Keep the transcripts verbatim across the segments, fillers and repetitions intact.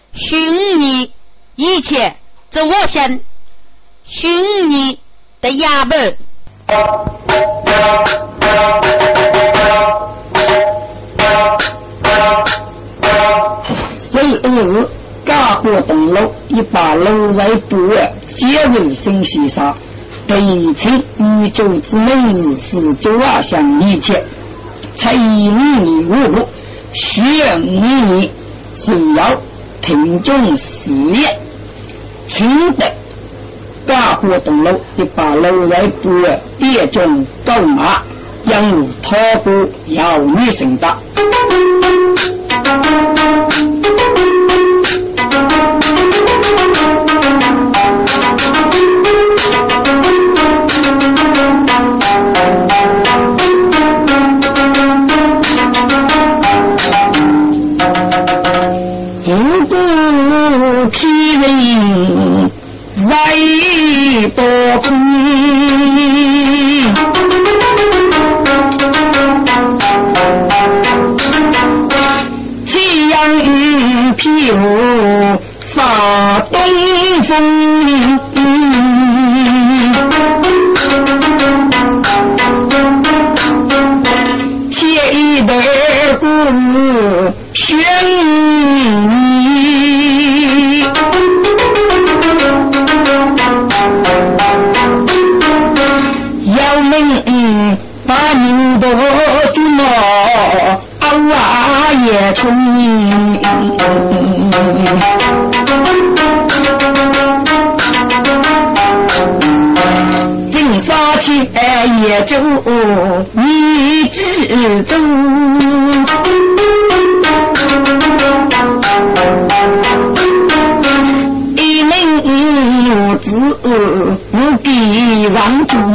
寻你一切这我先寻你的衙门。 十二日大火登楼，一把楼在不外接入生西沙，北城宇宙之门日十九二项一切，才一米五五，需要五年，只要听众实验，请得大火登楼，一把楼在不外列中高马，养入托孤要女生的。如果其人在多空，气阳披雾发东风，写一段故事悬疑，要能把牛多住了啊也冲正杀气也就你知州，一名女子无比让主，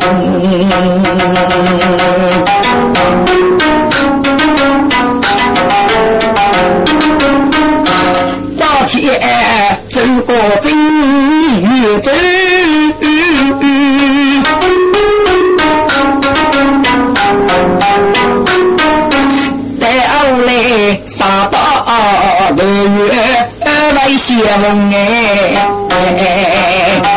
大且走过正月走，带后来杀到六月来写梦哎，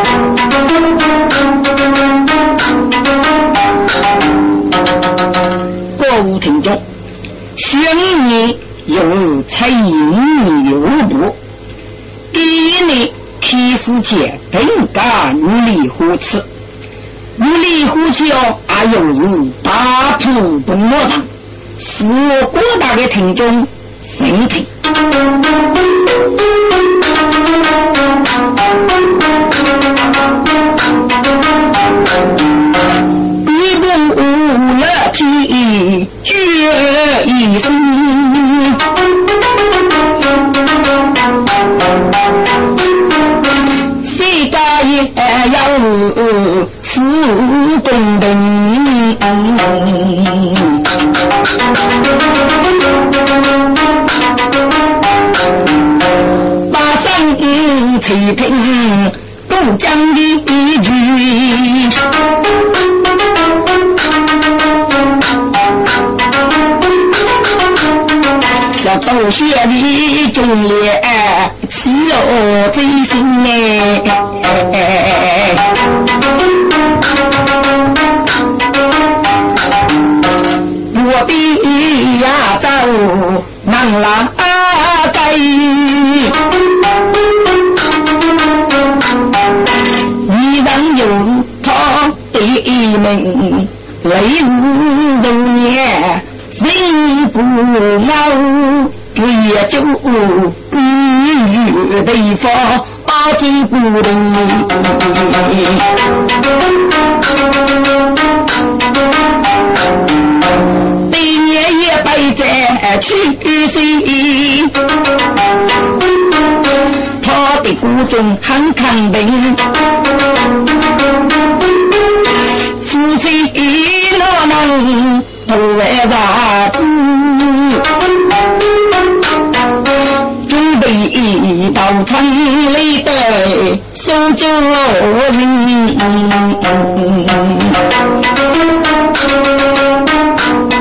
各位听众，选你有才艺有不？第一呢，开始界更加努力扶持，努力扶持哦，还有是大埔东莫场，使我广大的听众生听。一步无了体决一生，谁家也要是公平，马上齐听都讲的一句，要斗血里中烈岂有真心哎，我的呀走难拉该，你让有他的门泪如柔年，人不傲也就不与对方阿金不能，对年也摆在去谁，他的骨中很肯定，夫妻哪能都为啥子，准备一道城里的手救人，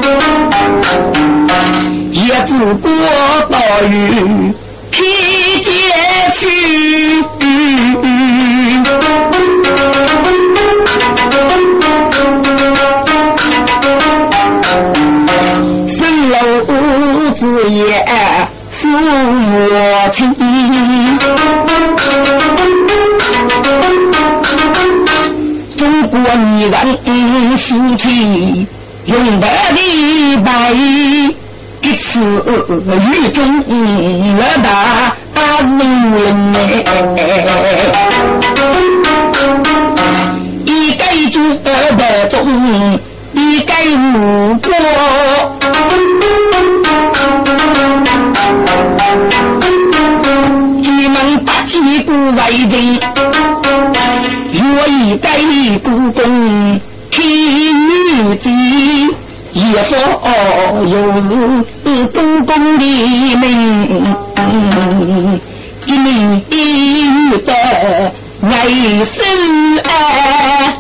也只过暴雨披荆我情，中国女人夫妻永得的白，这次雨中了大如人一该中的中一该无过居门大旗鼓在阵若一该故宫替女子也说有日公公的命一名一女的爱生爱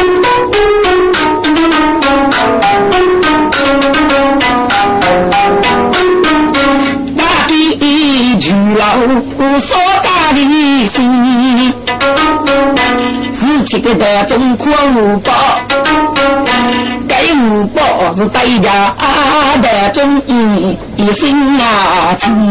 大地巨老所大的心自己个的中国无报该无报是代价的中一心啊情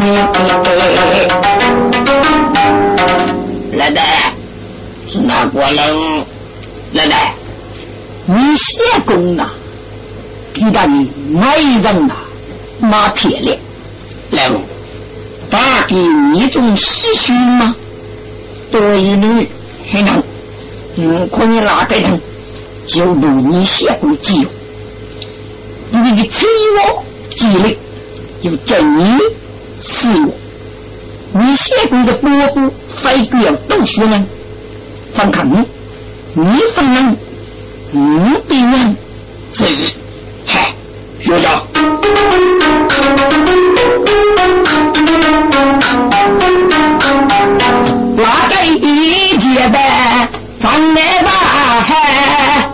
来的是哪国人来的你写功啊给到你爱人啊马铁脸来我打给你一种唏嘘吗对你还能嗯可你哪个人就如你写过记录你的催我记力有叫你是我你写过的波波非个要读书呢放看你你放人你对人是嗨学长哪个一节的长来吧嗨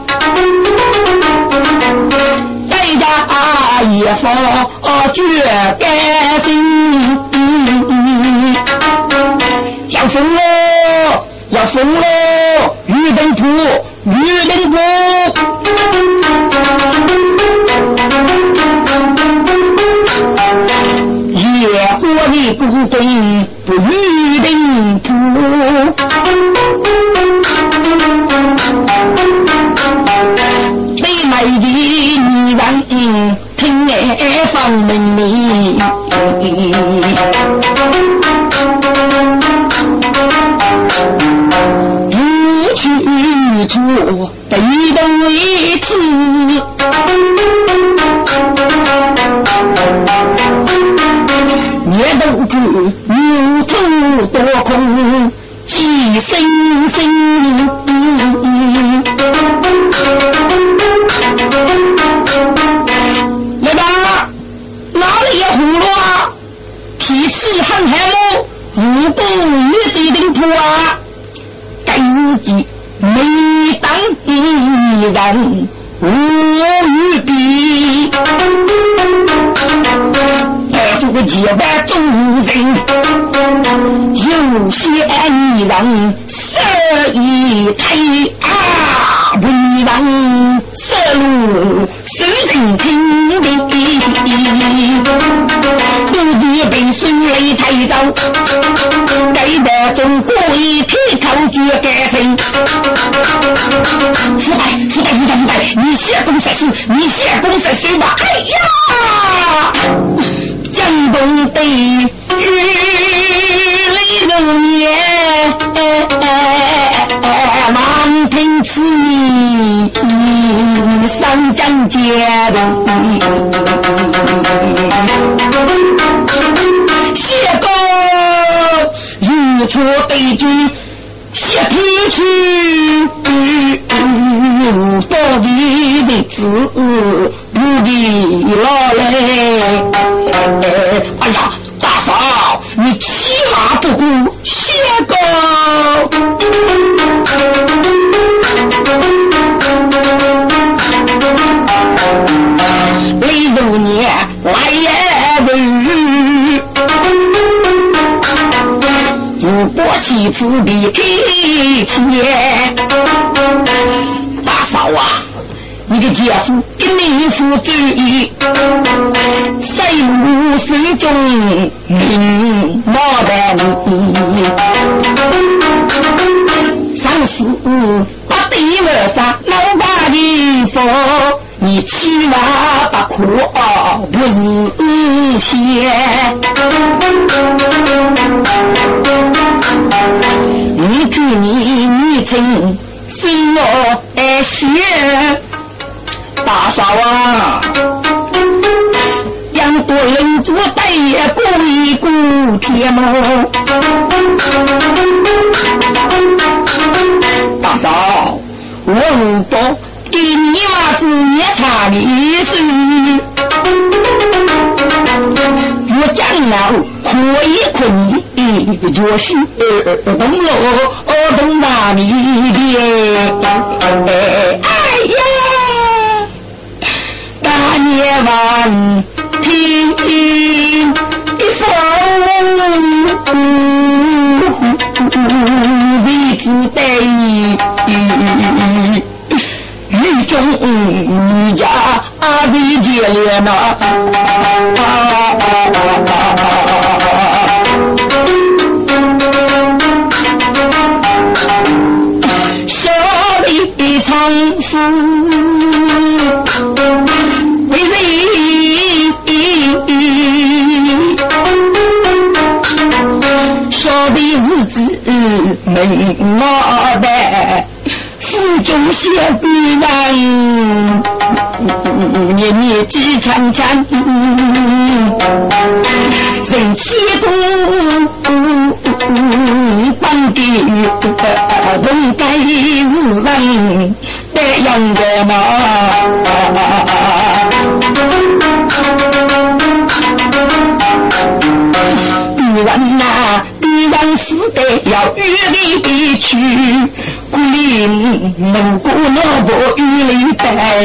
代价也说绝甘心要疯了要疯了绿灯图绿灯图野火的故宫不绿灯图被买的你让听来放明你不去处被动一次也都知牛头多空几声声来吧哪里有红罗啊提气很海喽无故与这顶土啊该自己每当一人无与比这个结拜众人有些女人色一太啊不让色路深深情的不敌被孙雷太早该的中国一体靠绝改成腐败腐败腐败腐败你写公司书你写公司书吧哎呀江东的雨雷流年满天此你上江街的写歌如错对军写出去到底日子不必老嘞哎呀大嫂你骑马不顾写歌雷如年来也日如果起伏比提前大嫂啊你你的姐夫跟你父主意，谁无水中明毛的你，上次把对了上老把的佛，你七万八苦不是些。你祝你你真是我的血，大嫂啊，让多人做带也顾一顾天猫。大嫂，我如果给你娃子也差的事，我将来可以可以就是呃懂了呃懂哪里的哎呀大夜晚听一首日子的雨中你家阿弟姐了呢手里藏书为谁说的日子没我的腹中写必然年年纪长长人气多半地人该日文的样子嘛必然呐必然是得要与你去故里能够那不与你带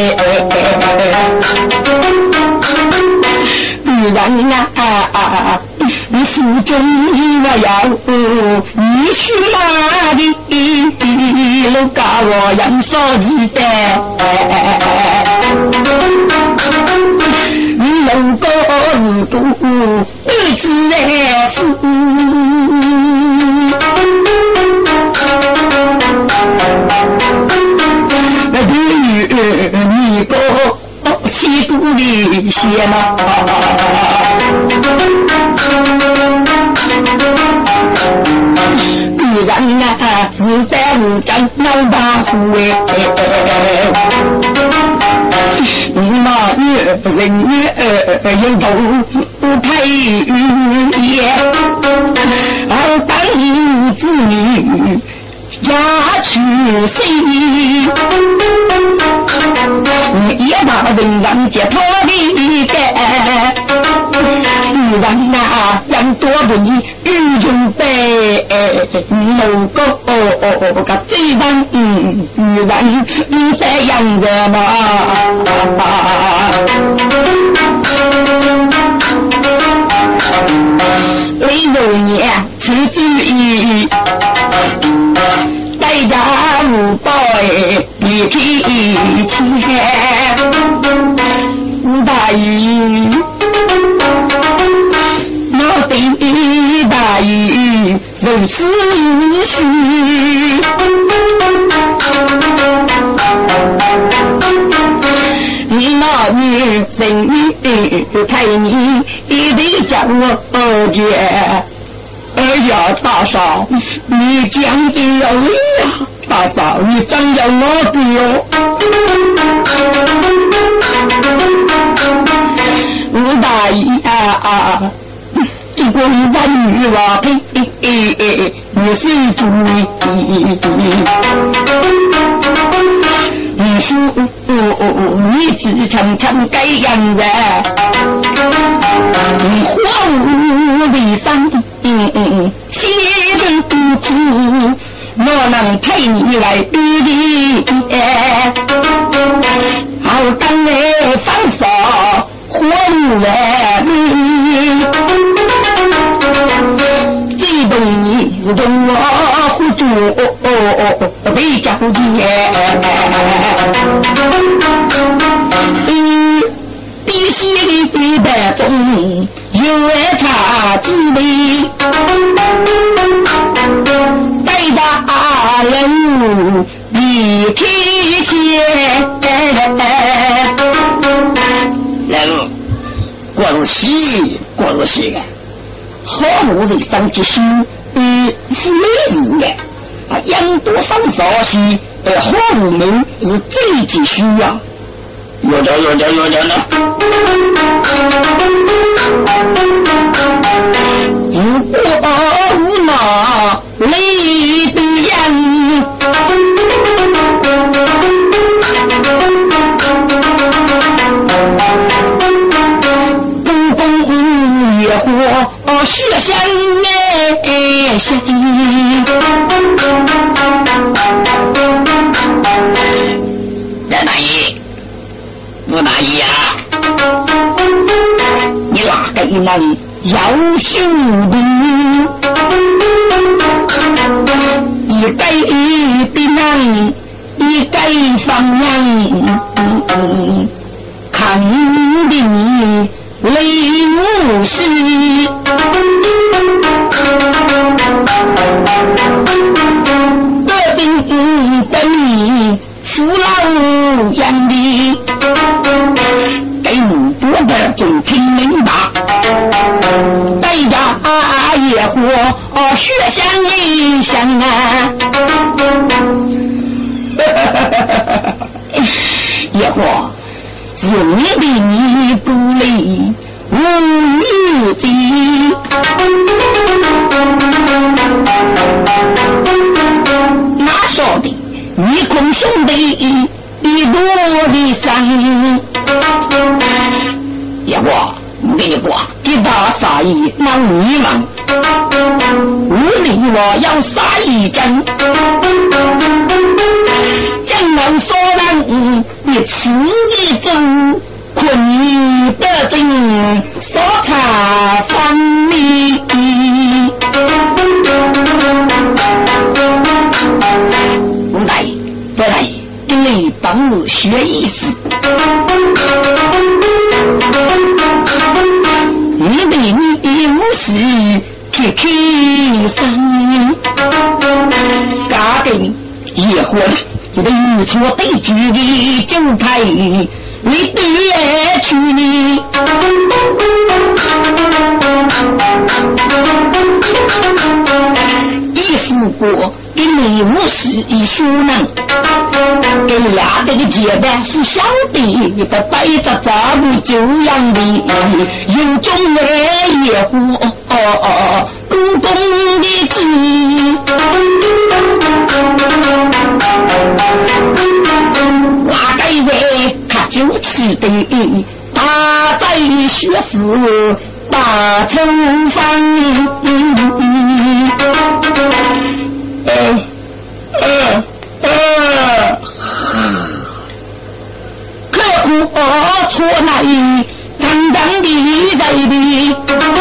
必然啊你腹中我要你是哪里都搞我养手机的你能够日度对之的事那对于你个七度的些嘛必然啊自带无张老大虎哎马月人月有头太也而当子女家去谁也把人让解脱的给不然啊让多不你宇宙被能够个这样嗯不然你这样子嘛为有年持之以大家无报你可以切无大意脑袋大意如此虚你那女人陪你一定叫我姐哎呀大嫂你讲的有理呀大嫂你真有我的哟吴大姨啊啊这个人女娃嘿嘿嘿嘿你是主意你说你只常常该样子花无为伤嗯嗯切的不苦我能陪你来比比好当的方法活路了你激动你激动我活不住哦哦哦哦被家不见嗯必须的的中有茶之类带大人离开前人过日戏过日戏好无人上继续嗯是没事的啊养多上少些呃好无名是最继续啊有着有着有着呢如果无脑泪的样公公野火血香哎香任大爷吴大爷啊你哪个能要求的一该的人一该方向看的你泪无事得定的你父老眼里给五多的总听明白带着啊野火哦血香一香啊野火是你的你不累无语的哪说的你空兄弟一多的伤野火我跟你说给他杀一那你们无理我要杀一针江南说人你吃的真困你的真所查翻你吴大爷不来给你帮我学意思你对你无事去开心家庭也活了你的语错对局的就派你对去你一副过给你无事一说呢跟俩这个结拜是相对的白着咋不就样的有种人也呼哦哦公公的字我该为他就吃的大在学识大成方呃呃呃刻苦错难长长的在的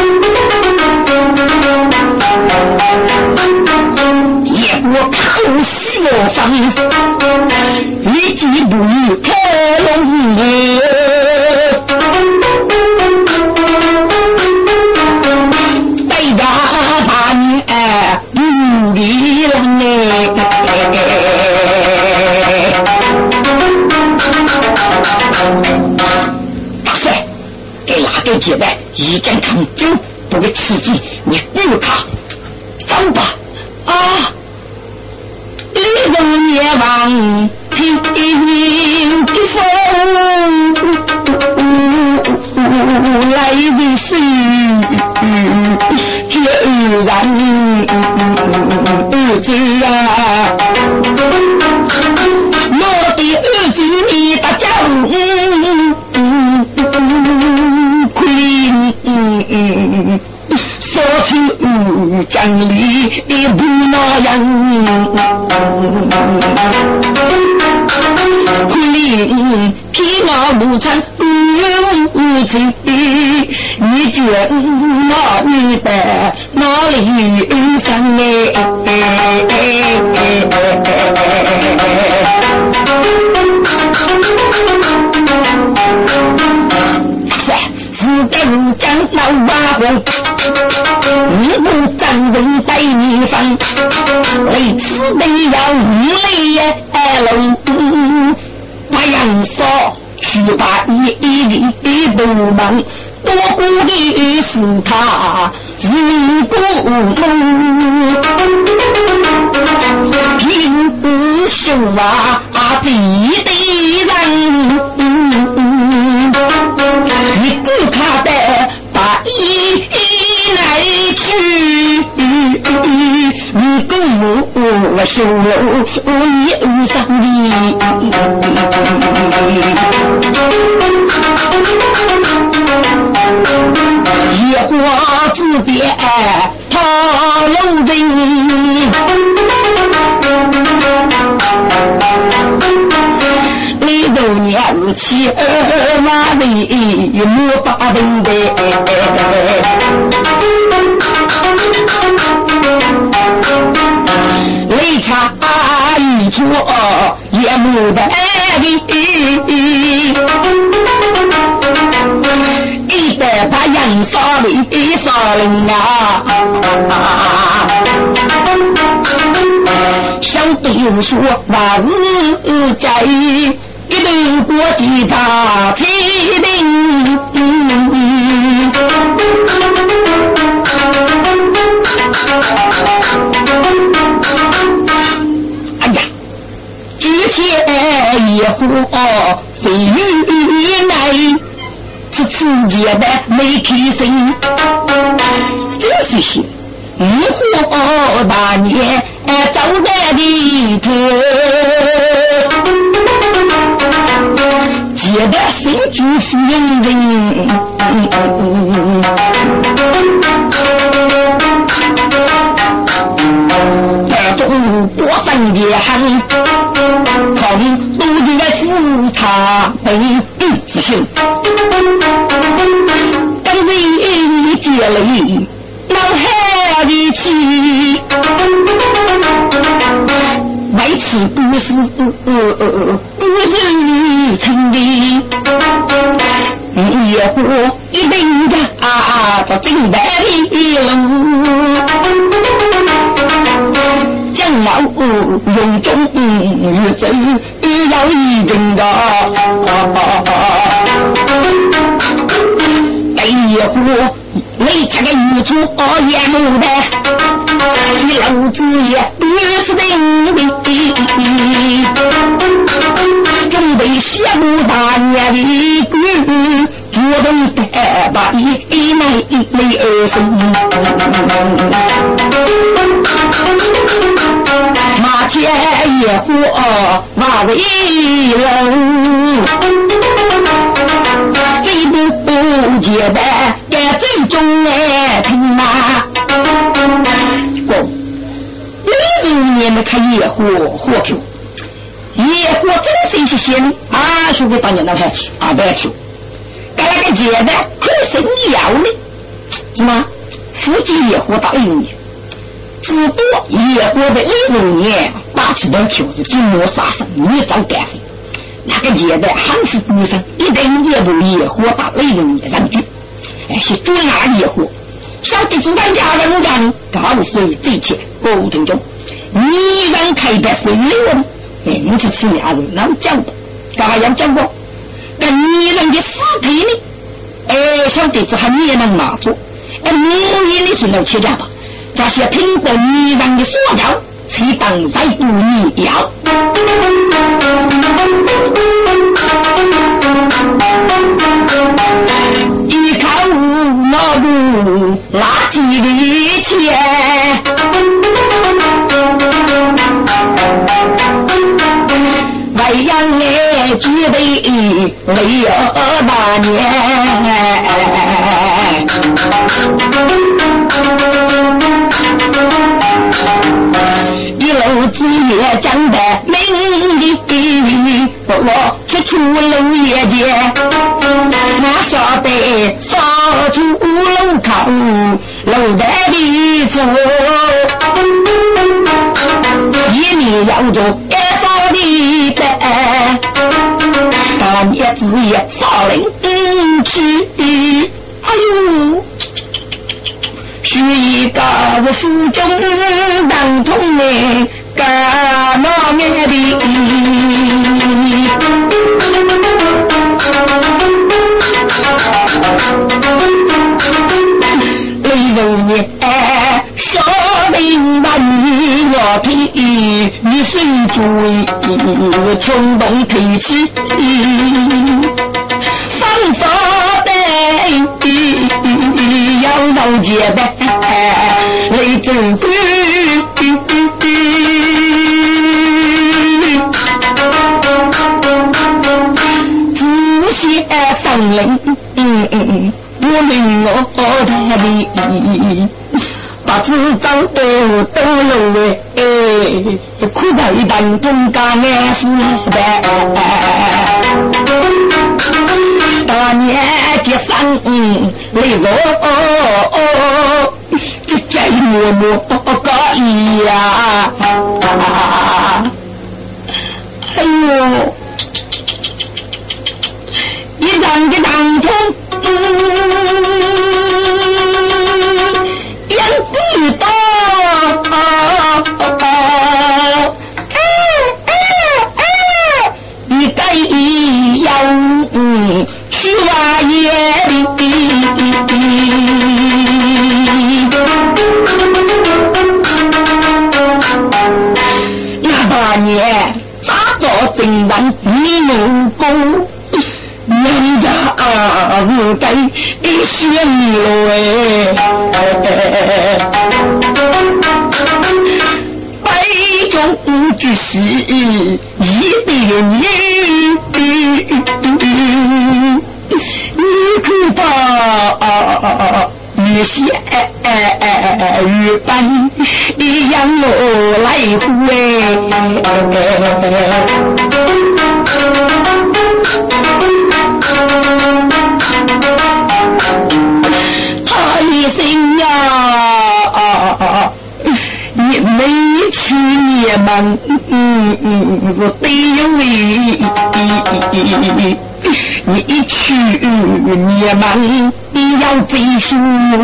也不靠西我方一计不一开龙带着大女儿不离人大帅给哪个结拜一件糖酒不会吃住你不卡走吧啊一人也忘听的风来人是决然儿子啊我的儿子你大家亏说出讲理的不那样亏皮毛不长不子你觉那你的哪里上哎红，你不战人带你上，为此得要你泪龙，把杨少去把一一的都忙，多顾的是他人不能，平手啊自己的人，你顾他的把一来去，你顾我手你无上的。野花自别他有人，你肉年妻儿那人莫把人的雷差一撮也没得一百把杨少里少人啊，相对说那日在一顿国际查起定，哎呀，之前野火飞鱼来是自己的没开心，这是些你活大年走在的头，觉得心就是人这种多三也很从都应该是他本自信，但是你接了脑海的气，为此不是不知成的野火一定的啊这正白的路将老用中日真要一定的给野火你这个女主也没的你老子也不是定准备羡慕大年的鬼主动的把一一枚雷儿生马前野火马子一人最不解的该最终来听啊过六十年的看野火火球野火真是些啊说给当年那台啊不要球该那个节的可是你要呢什么附近野火到一年只多野火的一年大起的球是金魔杀生你找干费那个节的还是孤身一定也不野火把雷人也上去哎是专拿野火小弟子弹家的家呢告诉这一切过程中你让开的水流哎你是吃俩人能讲的干嘛要讲过那你人的尸体呢哎小弟子还你也能拿住哎你也你是能切掉吧这些听过你人的说教才当在不你要一靠那路垃圾的钱外洋也觉得没有大年一楼子也讲的明理我去出楼也见那晓得扫出楼口楼台的走一米要走该扫的白大年子也扫人去哎呦许一个是府中当通的干那面的雷柔呢说明白你要听你是主意冲动提起放手的要绕街的雷州官自写上人嗯嗯不明我的理把自找都都有哎苦在当中干的是的大年节三嗯雷柔就这一幕幕可以呀哎呦一张的当中烟地多你该要嗯去挖野的那八年咋着真然你能够人家啊是该一线路哎北中之事一定你你看到有些日本一样路来回他一生呀你没去你们嗯嗯我得有你一去你们你要背书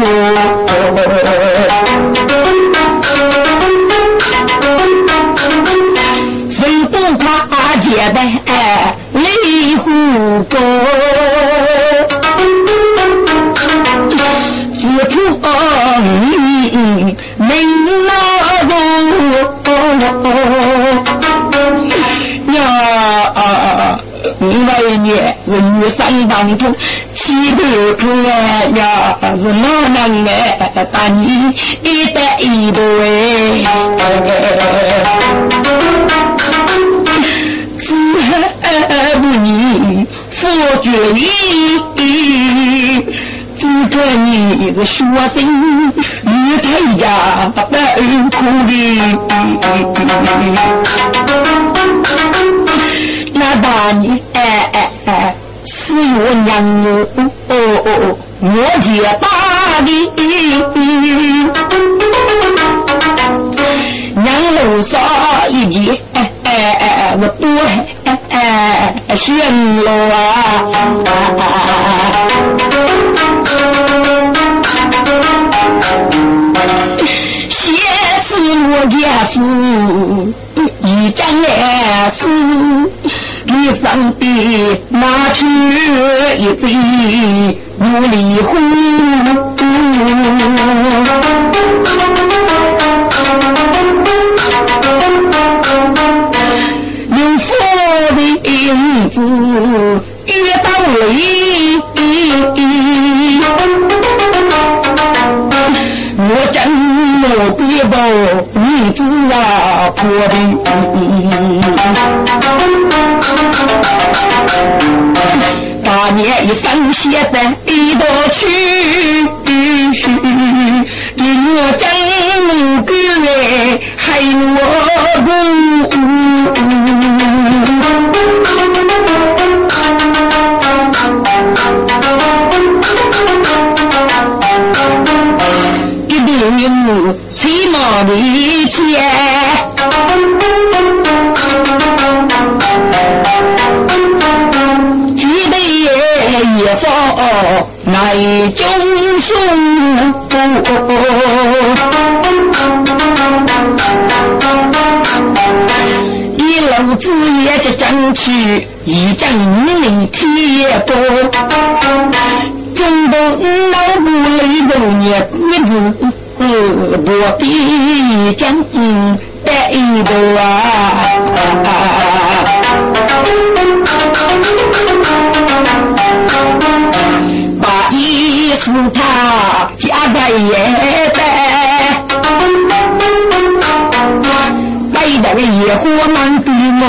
谁不怕结的雷虎沟自出嗯没那种呀为年人生当中气头出来呀是哪能的把你一带一步自不你佛觉意自个你是说声你太家的苦力那把你哎哎哎是我娘我哦哦我姐大的娘楼上一节哎哎哎我多哎哎炫了啊写字我家是一张也是你上帝拿去一嘴无离婚有佛的影子越到雷我真没对吧你知啊破的大年一生写的一道去你我真没个人还我不一定起码的钱举杯也说乃中送一楼子也就争取一张领铁多，中东老不雷肉也不子我比将带一头啊，把意思他加在也带，带的个野火难比么？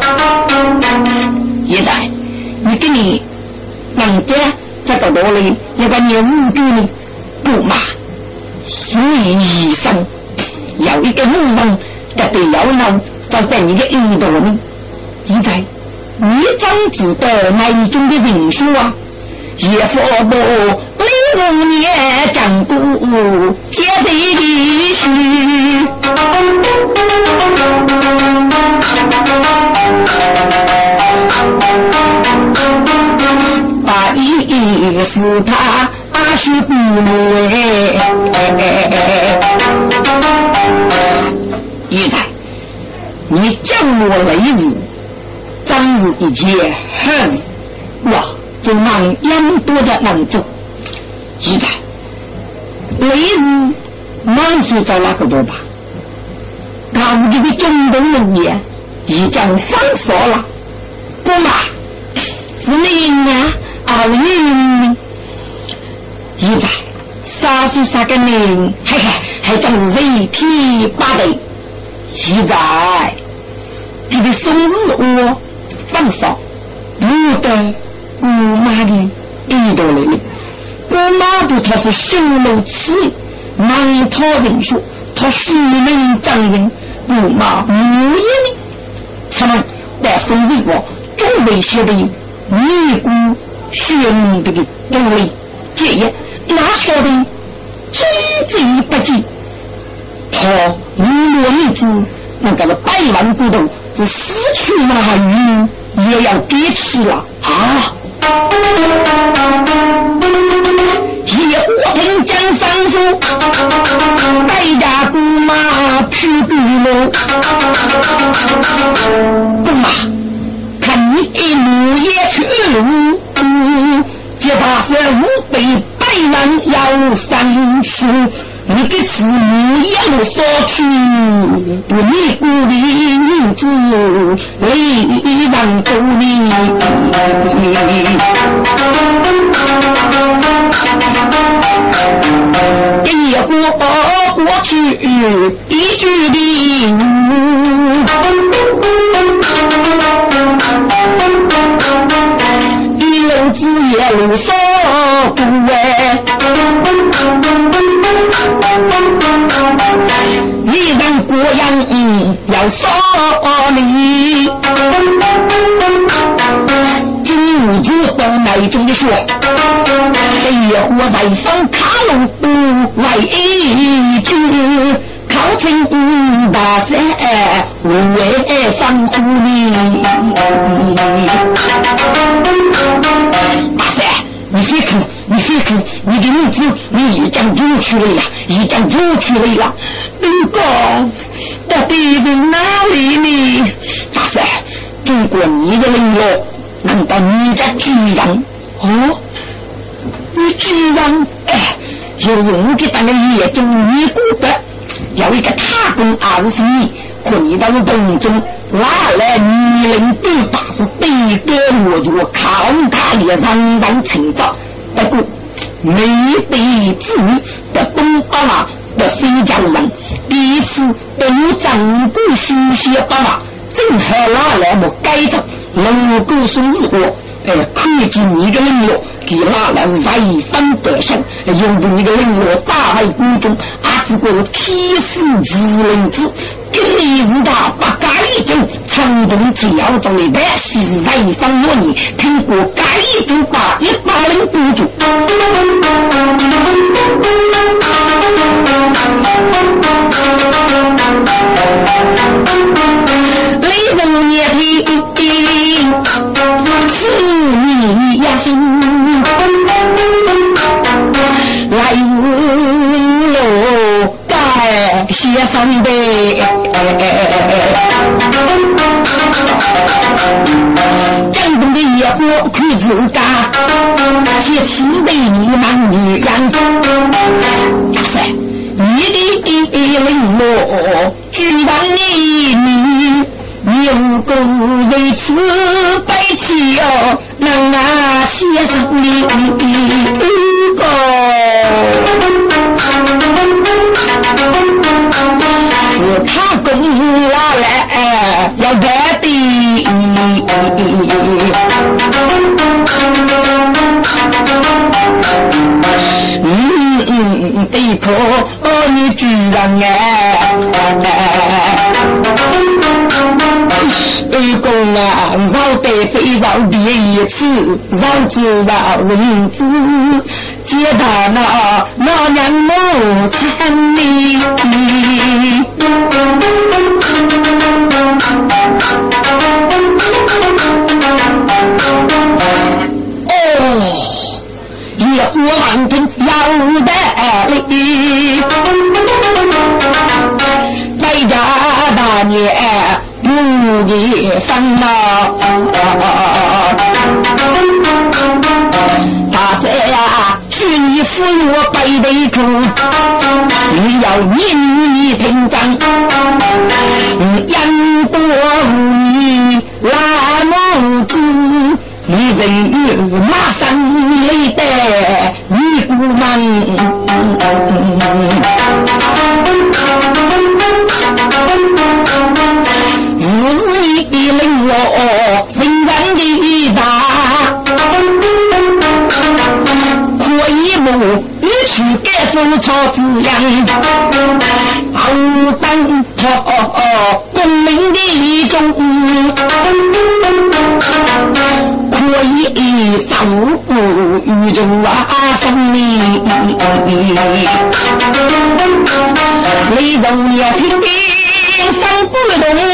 现在你给你人家这个道理，要把你日给你不嘛？所以医生有一个日人特别要闹，就在你的耳朵里。现在你怎知道哪一种的人数啊？也说不例如你讲故接着一许把意思他阿是不为现在你叫我雷日张日一节黑日哇就难yan多的难做现在雷日难说找那个多吧他是这个中东人也已经放手了不嘛是你啊啊你现在杀出杀个人还还还将人体八的现在这个松日我放手不得姑妈的遇到了你姑妈不他是心如此难讨人说他虚名张人姑妈无言的他们在松日我中为些的尼姑宣这个道理这也哪说的真正不济他如若一只那个百万古董是失去那鱼也要给吃了啊也火听江山书带家姑妈去古楼姑妈看你一路也去路这把是五百百万要三十你给子母一路索取不你孤的女子为让够你一火过去一句的一路子也路索不为一人果样嗯要说你今日到那中的说野火在放卡路外一句靠近大山无为防护你大山你别看你别看你的名字你已经出去了呀已经出去了呀如果到底是哪里呢大山中国你的领落难道你在居然哦你居然哎有人给他们也中你股的有一个他公二十你可你到是东中拉来你人对把是对给我就靠他也让让成长不过没被子女的东阿玛的新疆人第一次等掌故书写爸爸正好拉来我该着能够送日国呃科技你的领落给拉来是在三德上用不你的领落大外宫中啊只过是天使之人之跟你是他把该一种长东只要中的百姓是在方若你听过该一种把一把人督住雷人也听是你呀来人准备，江东的野火快自家，借此对你忙女人。大帅，你的领落居然你你你无辜为此悲泣哦，能啊先生你个。是他公拉来要盖的，嗯嗯，对头，哦，你居然哎，二公啊，绕得非绕第一次，绕知道人知。接到那那娘母参里，哦，野火满天要得力，百家大业不给烦恼。大帅呀，去你扶我背背苦，你要念你听讲，养多你拉母子，你人马上累得你不忙。日你令我心然的大，可以不你去给手抄字样，好当他公民的中，可以扫宇宙啊生命，你容也听听上不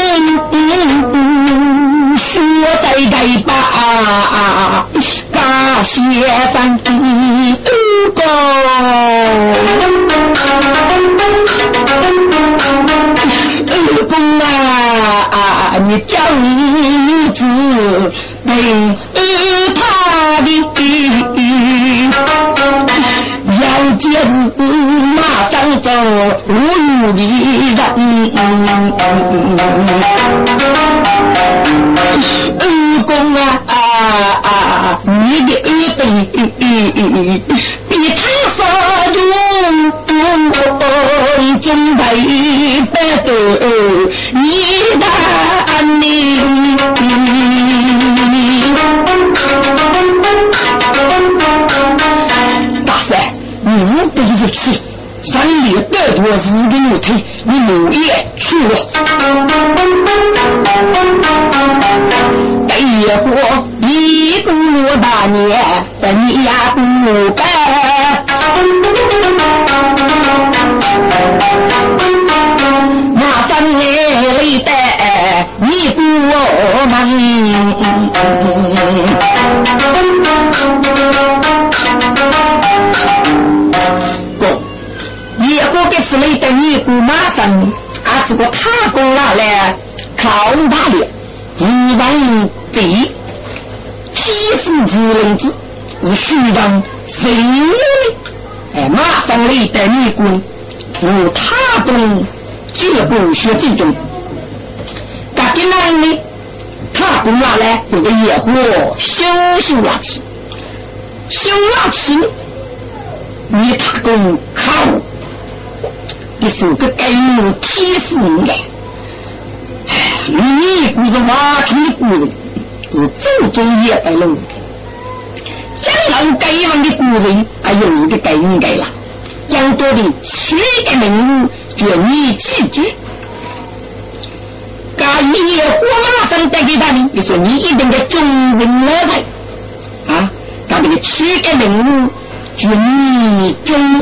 动，说谁该把大先生个二公啊，你叫女子被他的要接日马上走无的人，二公啊啊，你的二弟比他少中中在白头你的你大帅，你不如此，三里带多日的路腿，你努力去了。第一火一个罗大年，但你呀不该。马上来带你给我们。野火给此类的你姑马上啊，这个他公拿来靠大力，一万贼，七十之人之，是虚张谁有的？哎，马上来的你姑，如他公结果学这种，嘎给男的，他公拿来有个野火修修垃圾，修垃圾呢，你他公靠。你是个该有提示应该，你不是挖出的故人，是祖宗也白龙。将来该问的故人，还有一个该应该了，要多的取的名字，就你记住。该野火马上带给他们，你说你一定的众人来来啊，他这个取的名字。军中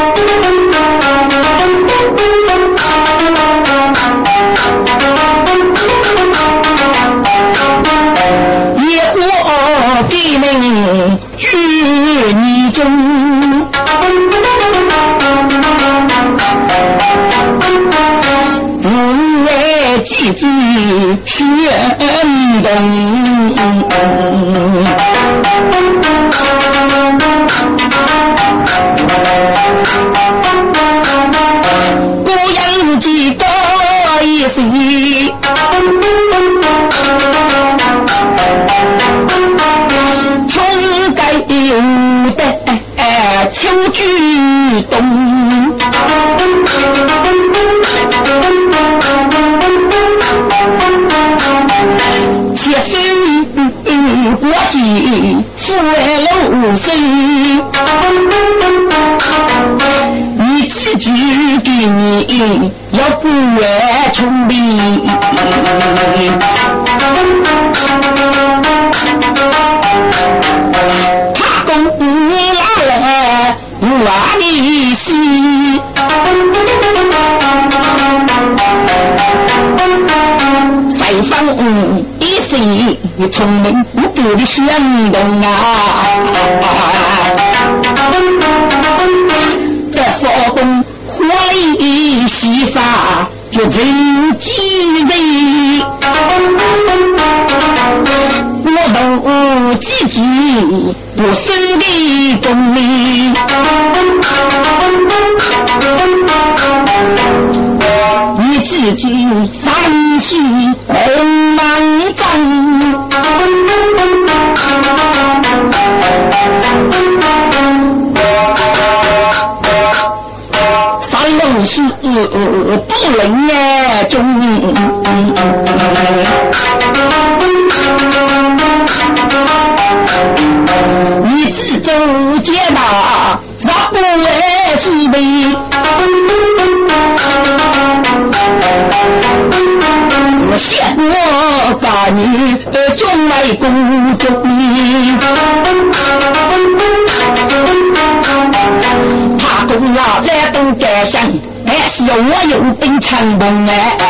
野火地名军中记住宣动。孤人自己多一些，从该有的秋菊冬，写生国际富楼生，你自己给你要不越聪明，他公来了我的心，西方一时聪明无比的宣动啊，这说动火力西沙就人机人，我都记住不是的功力，你记住山西红芒镇，三龙是不能也中，你自走街道让不为是非，我羡我家女中来公主，他公啊来都改善，但是我有本成功哎，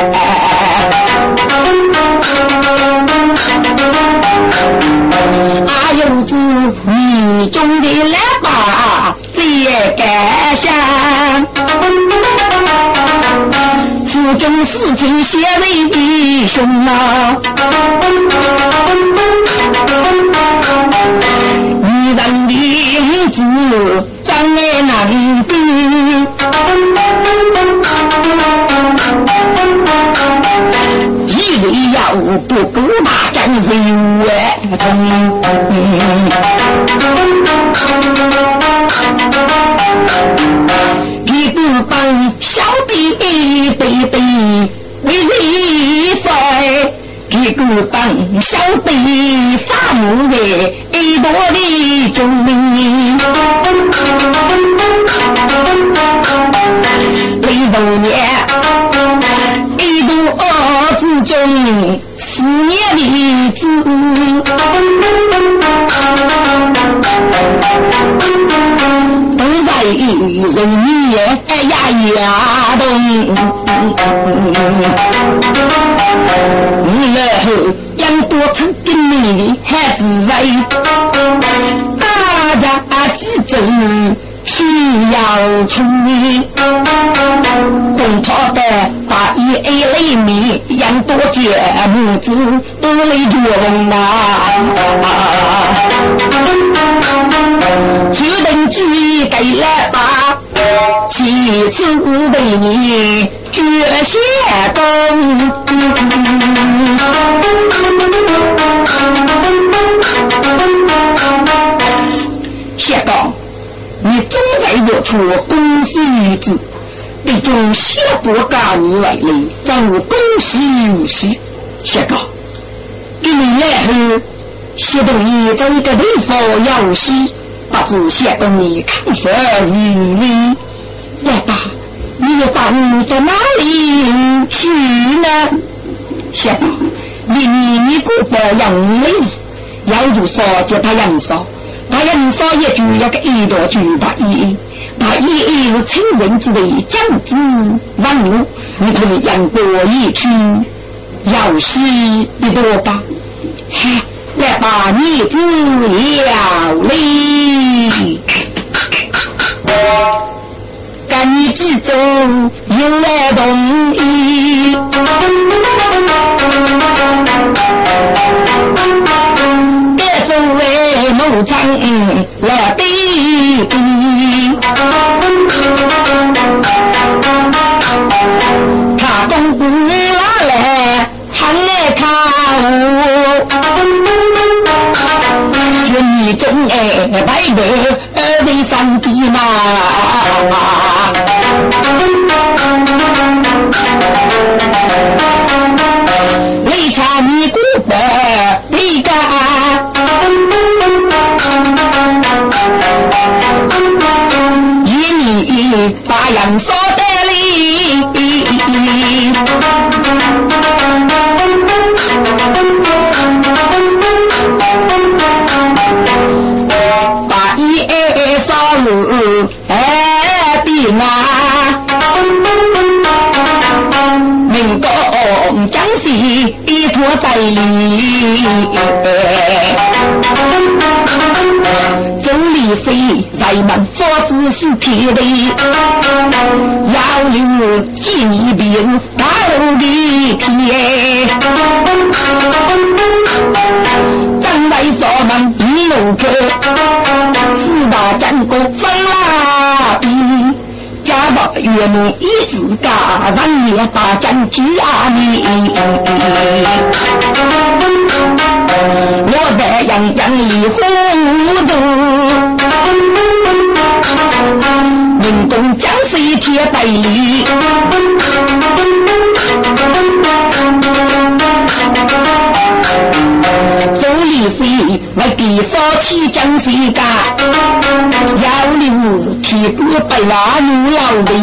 阿有子你中的来吧这也改善，府中事情写为弟兄啊，你让名字张也难定，一人要不够大战人为同，一个帮小弟背背为人帅，一个帮小弟杀母人一多的中名，为肉年一多之中思念的子，都在人民呀呀动，然后养多成跟你孩子为大家之争需要聪明，共他的把一 A 类米养多节母子都来做梦啊，只等举给了吧，其次为你绝些功，谢高你总在惹出公司女子，对中谢伯家女为例，真是恭喜无喜。谢高给你来后谢动你在一个地方要西，不知谢动你看色如你来吧，你要到到哪里去呢？谢高你你你姑婆养累，要如说就他养少，他养少也就要个一多句把一把一一是亲人之类将之万物，你可以养多一去要是一多吧，来把你子了哩，干你之中有来同意。 愿你中哎白的为上帝嘛，为cha你姑伯的家以你把养所得力把一二烧路哎比那民工将士一坨在里总理谁在忙做姿势贴的要留记你比如大陆的贴将来所忙一路客四大战国分啦比家宝岳母一直嘎让也把战局啊你我的洋洋里糊涂民工将谁贴代理走理谁来给少起将谁嘎要留提不被拉入老的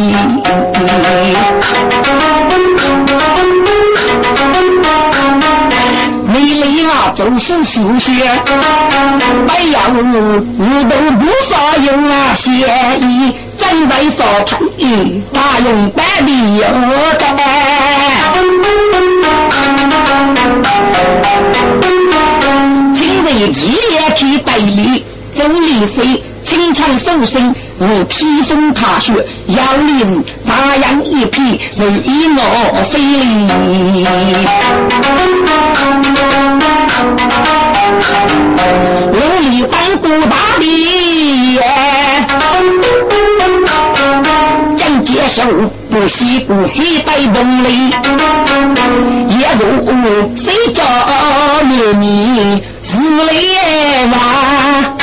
没理啊就是数学白羊我都不少用啊协议站在所谈议大用白的有的请为职业去代理总理谁清唱受声我披风踏雪要立日大洋一匹人一我非礼我里当不大理将接受不惜不黑白动力也如谁叫秘密是烈吧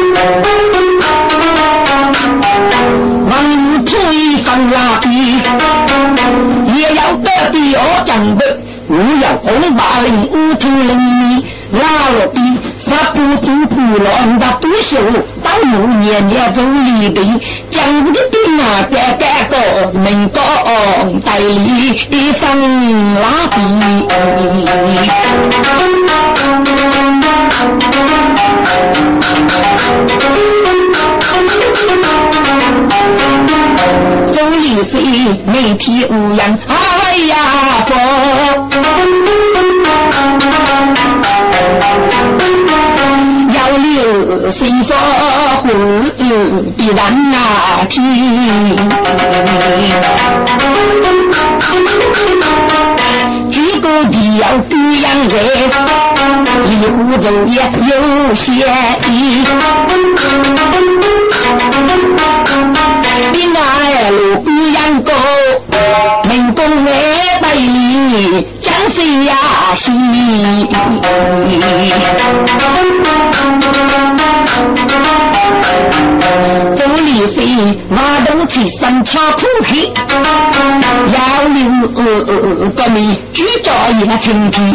往日推翻拉比也要得比我讲的无要红八零乌土人民拉了比杀不足不乱的不朽到五年年走里的将这个兵啊改改个能够代理上拉比走里谁媒体无恙哎呀佛要留心说话必然那听举个地要这样人一壶酒也有些意比那路不样高民工来代理将谁呀心总理谁马都去三叉铺黑要留个米举着也清皮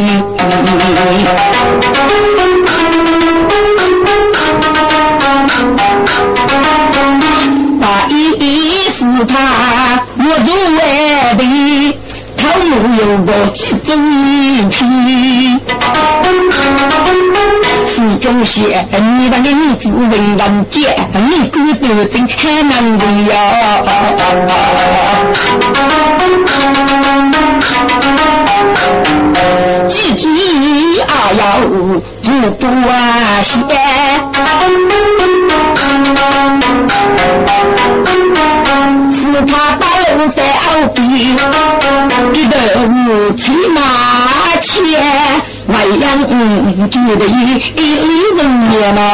把一是他我作为的他没有过去争取是中写你的名字人人见你孤独真还难为呀几句啊要不不啊写是他到在奥比记得是骑马前外洋嗯觉得一一里人也嘛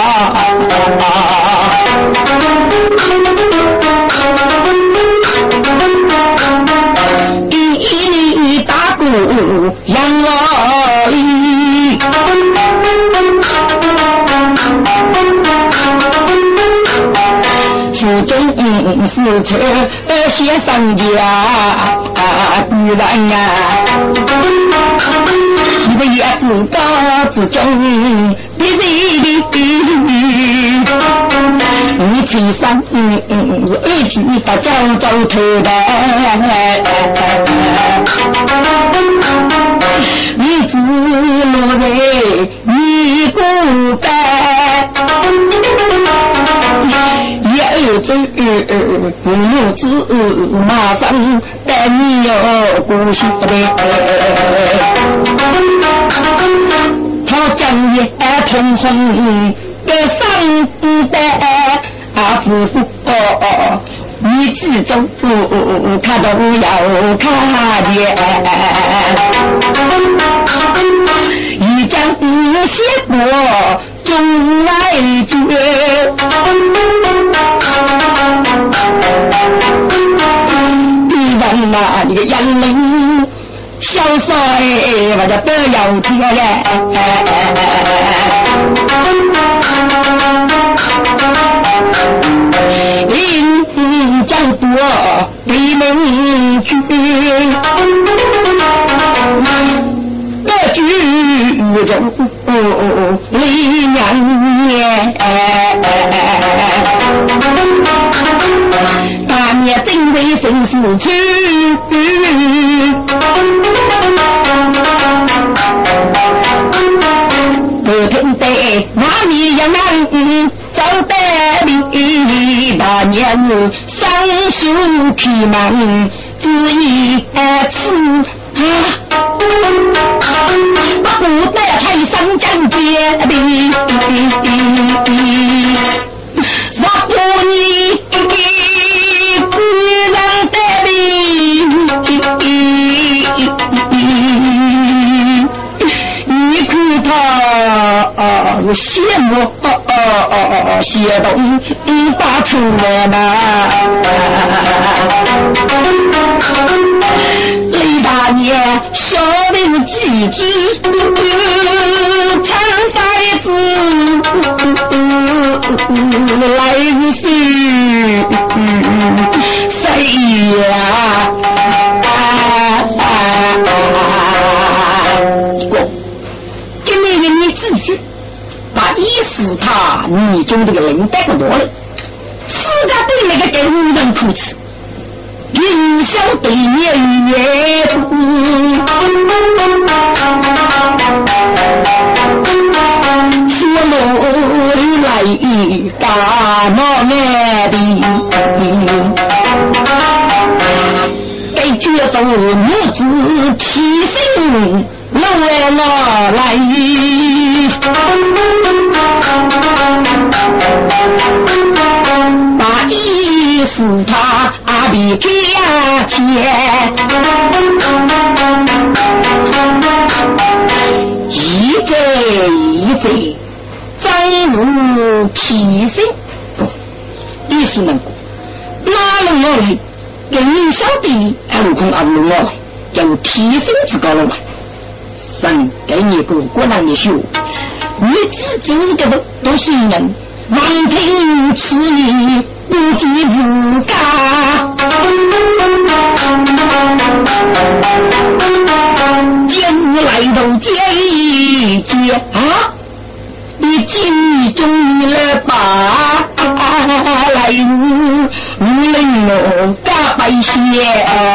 一一打鼓养老一车先上家不然啊一个叶子高子中别人你亲上嗯嗯二句把招招头的你自落人你孤单也儿子母子马上带你有故乡的他将也通红的上代啊只不过你之中他都要看见一张写过中外绝你让那你的眼泪消失我就不要听了因将多为能去那句就离娘年大年正为生死去不听得那你要难找得你大年上手去忙只一次啊不得太上将阶的啥不你不让得你看他羡慕写动把出来嘛雷大爷说的是几句长塞子来自谁谁呀给那个你自己把意思他你中这个人带个多了四家对那个给无人哭泣一小对面月说路来大闹那边给觉走母子提醒老我来把意思他阿比给呀切一贼一贼真是提醒不意思能过哪能我来给你晓得还有空阿鲁我来有提醒之高了来神给你个果然的修你自己这个都是人望听此理不及自家今日来到接一接啊你记中了吧来日无论我大白些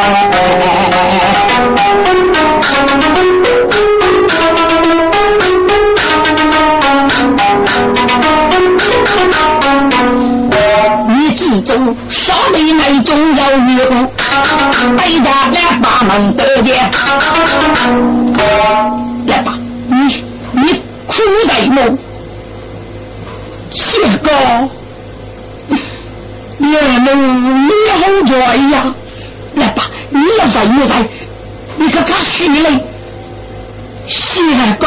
你自中少的那种要约过大家来把忙得见来吧你你哭在梦这个你能你好在呀来吧你要在不在你可看虚嘞这个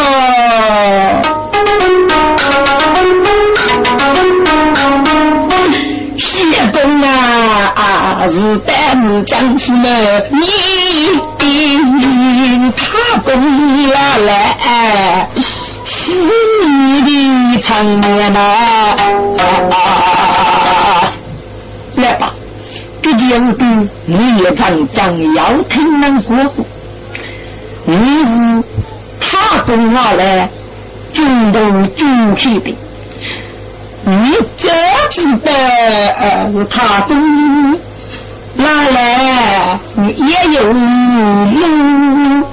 谢公啊啊是但是丈夫了你他公了来是你的场面啊来吧给有个你也常常要听能过，你是他跟我来中都中去的，你这知道呃是他跟你拿来也有路，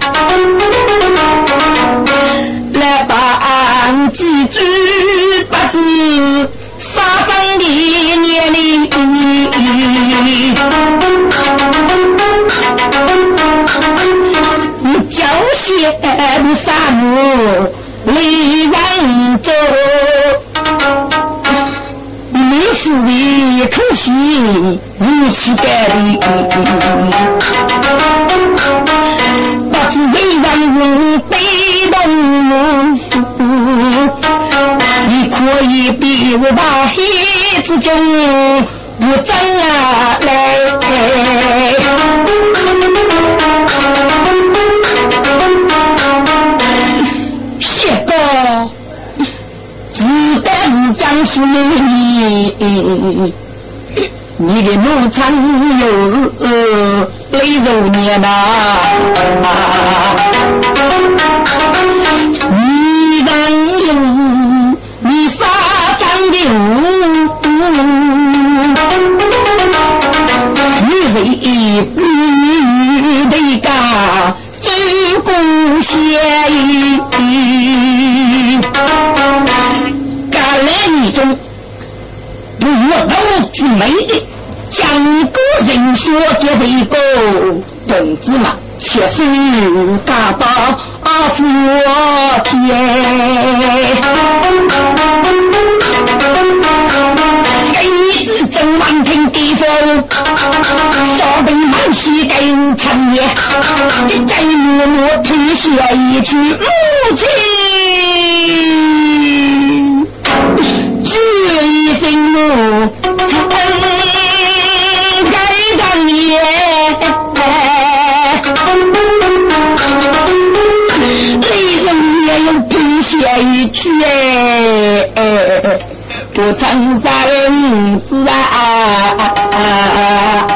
来把几句八字杀伤的年龄，教些山路离人走，历史的可惜如此改的，八字为让人被动，你可以比我把黑子中不争啊来，谢哥只得是江苏你你的农场有呃雷肉年呐，你让有你杀伤的你是一个的家最贡献干来一种我都自美的讲个人说这一个懂子嘛，且是大道阿佛天，给你只争满天地风，少得满西给产业，这在默默推下一句母亲。这一生路该当也雷人也有拼写一句不曾三子啊